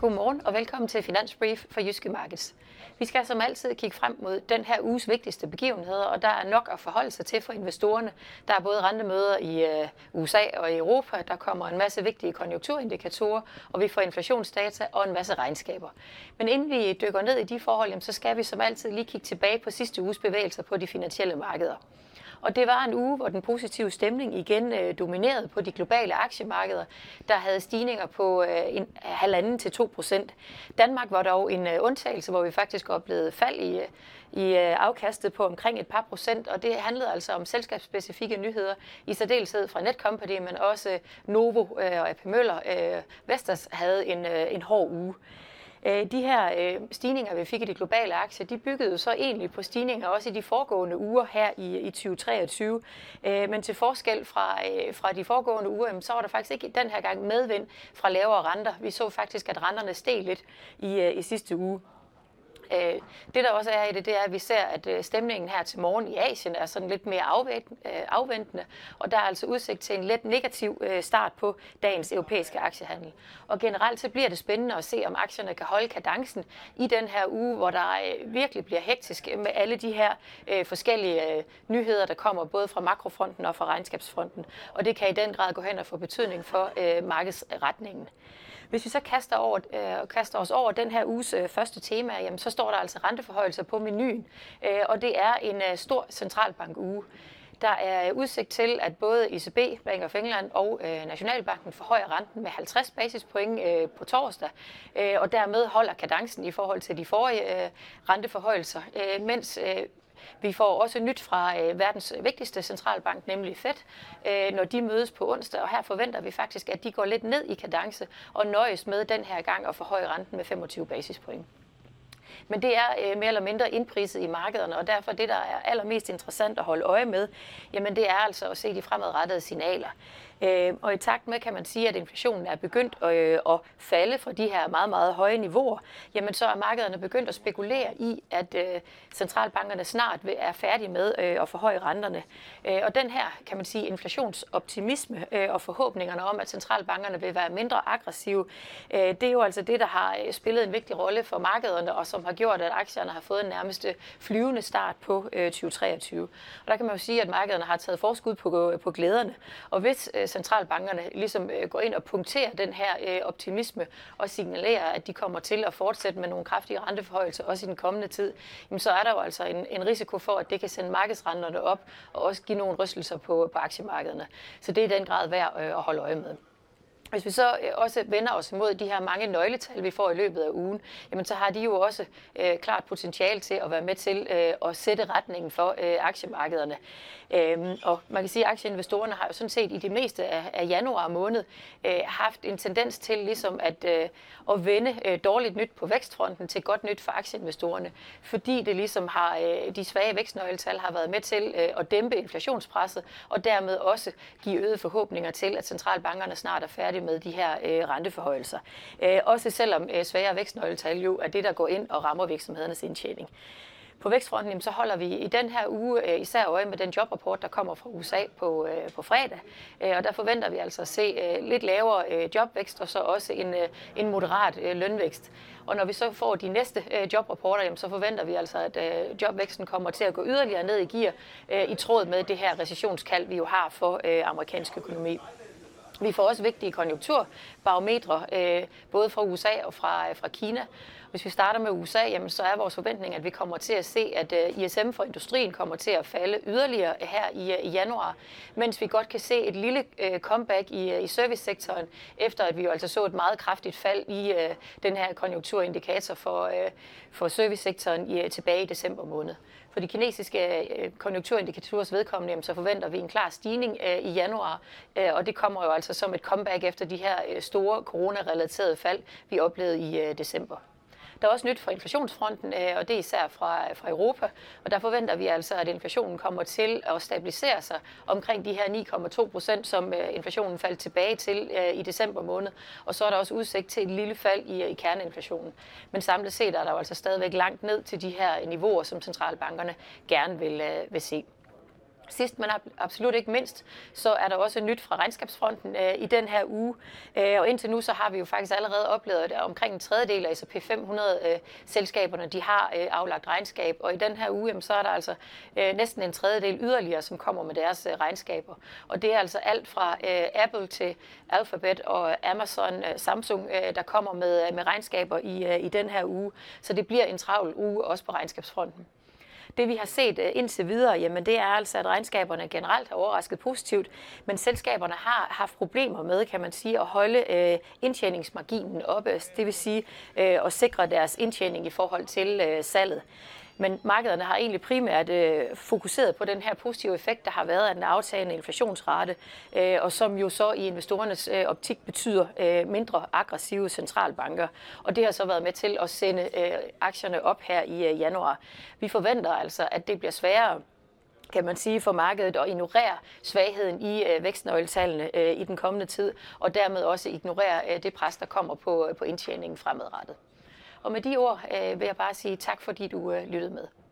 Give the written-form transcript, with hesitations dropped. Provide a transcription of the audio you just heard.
Godmorgen og velkommen til Finansbrief for Jyske Markets. Vi skal som altid kigge frem mod den her uges vigtigste begivenheder, og der er nok at forholde sig til for investorerne. Der er både rentemøder i USA og i Europa, der kommer en masse vigtige konjunkturindikatorer, og vi får inflationsdata og en masse regnskaber. Men inden vi dykker ned i de forhold, så skal vi som altid lige kigge tilbage på sidste uges bevægelser på de finansielle markeder. Og det var en uge, hvor den positive stemning igen dominerede på de globale aktiemarkeder, der havde stigninger på 1,5-2%. Danmark var dog en undtagelse, hvor vi faktisk oplevede fald i afkastet på omkring et par procent, og det handlede altså om selskabsspecifikke nyheder, i særdeleshed fra Netcompany, men også Novo og AP Møller. Vestas havde en hård uge. De her stigninger, vi fik i de globale aktier, de byggede så egentlig på stigninger også i de foregående uger her i 2023. Men til forskel fra de foregående uger, så var der faktisk ikke den her gang medvind fra lavere renter. Vi så faktisk, at renterne steg lidt i sidste uge. Det der også er i det, det er, at vi ser, at stemningen her til morgen i Asien er sådan lidt mere afventende, og der er altså udsigt til en let negativ start på dagens europæiske aktiehandel. Og generelt så bliver det spændende at se, om aktierne kan holde kadencen i den her uge, hvor der virkelig bliver hektisk med alle de her forskellige nyheder, der kommer både fra makrofronten og fra regnskabsfronten, og det kan i den grad gå hen og få betydning for markedsretningen. Hvis vi så kaster os over den her uges første tema, jamen, så står der altså renteforhøjelser på menuen, og det er en stor centralbankuge. Der er udsigt til, at både ECB, Bank of England og Nationalbanken forhøjer renten med 50 basispoint på torsdag, og dermed holder kadencen i forhold til de forrige renteforhøjelser, mens vi får også nyt fra verdens vigtigste centralbank, nemlig Fed, når de mødes på onsdag, og her forventer vi faktisk, at de går lidt ned i kadence og nøjes med den her gang at forhøje renten med 25 basispoint. Men det er mere eller mindre indpriset i markederne, og derfor det, der er allermest interessant at holde øje med, jamen det er altså at se de fremadrettede signaler. Og i takt med, kan man sige, at inflationen er begyndt at falde fra de her meget, meget høje niveauer, jamen så er markederne begyndt at spekulere i, at centralbankerne snart er færdige med at forhøje renterne. Og den her, kan man sige, inflationsoptimisme og forhåbningerne om, at centralbankerne vil være mindre aggressive, det er jo altså det, der har spillet en vigtig rolle for markederne, og som har gjort, at aktierne har fået en nærmeste flyvende start på 2023. Og der kan man jo sige, at markederne har taget forskud på glæderne, og hvis centralbankerne ligesom går ind og punkterer den her optimisme og signalerer, at de kommer til at fortsætte med nogle kraftige renteforhøjelser også i den kommende tid, jamen så er der jo altså en risiko for, at det kan sende markedsrenterne op og også give nogle rystelser på aktiemarkederne. Så det er i den grad værd at holde øje med. Hvis vi så også vender os imod de her mange nøgletal, vi får i løbet af ugen, jamen så har de jo også klart potentiale til at være med til at sætte retningen for aktiemarkederne. Og man kan sige, at aktieinvestorerne har jo sådan set i det meste af januar måned haft en tendens til ligesom at vende dårligt nyt på vækstfronten til godt nyt for aktieinvestorerne, fordi det ligesom har de svage vækstnøgletal har været med til at dæmpe inflationspresset og dermed også give øgede forhåbninger til, at centralbankerne snart er færdige med de her renteforhøjelser. Også selvom svagere vækstnøgletal jo er det, der går ind og rammer virksomhedernes indtjening. På vækstfronten så holder vi i den her uge især øje med den jobrapport, der kommer fra USA på fredag. Og der forventer vi altså at se lidt lavere jobvækst og så også en moderat lønvækst. Og når vi så får de næste jobrapporter, jamen, så forventer vi altså, at jobvæksten kommer til at gå yderligere ned i gear i tråd med det her recessionskald, vi jo har for amerikansk økonomi. Vi får også vigtige konjunkturbarometre, både fra USA og fra Kina. Hvis vi starter med USA, jamen, så er vores forventning, at vi kommer til at se, at ISM for industrien kommer til at falde yderligere her i januar, mens vi godt kan se et lille comeback i servicesektoren, efter at vi jo altså så et meget kraftigt fald i den her konjunkturindikator for servicesektoren tilbage i december måned. For de kinesiske konjunkturindikatorers vedkommende, jamen, så forventer vi en klar stigning i januar, og det kommer jo altså som et comeback efter de her store coronarelaterede fald, vi oplevede i december. Der er også nyt fra inflationsfronten, og det er især fra Europa, og der forventer vi altså, at inflationen kommer til at stabilisere sig omkring de her 9,2%, som inflationen faldt tilbage til i december måned, og så er der også udsigt til et lille fald i kerneinflationen. Men samlet set er der jo altså stadigvæk langt ned til de her niveauer, som centralbankerne gerne vil se. Sidst, men absolut ikke mindst, så er der også nyt fra regnskabsfronten i den her uge. Og indtil nu, så har vi jo faktisk allerede oplevet, at omkring en tredjedel af S&P 500-selskaberne, de har aflagt regnskab. Og i den her uge, jamen, så er der altså næsten en tredjedel yderligere, som kommer med deres regnskaber. Og det er altså alt fra Apple til Alphabet og Amazon, Samsung, der kommer med regnskaber i den her uge. Så det bliver en travl uge også på regnskabsfronten. Det vi har set indtil videre, jamen det er altså, at regnskaberne generelt har overrasket positivt, men selskaberne har haft problemer med, kan man sige, at holde indtjeningsmarginen oppe, det vil sige at sikre deres indtjening i forhold til salget. Men markederne har egentlig primært fokuseret på den her positive effekt, der har været af den aftagende inflationsrate, og som jo så i investorernes optik betyder mindre aggressive centralbanker. Og det har så været med til at sende aktierne op her i januar. Vi forventer altså, at det bliver sværere, kan man sige, for markedet at ignorere svagheden i vækstnøgletallene i den kommende tid, og dermed også ignorere det pres, der kommer på indtjeningen fremadrettet. Og med de ord vil jeg bare sige tak, fordi du lyttede med.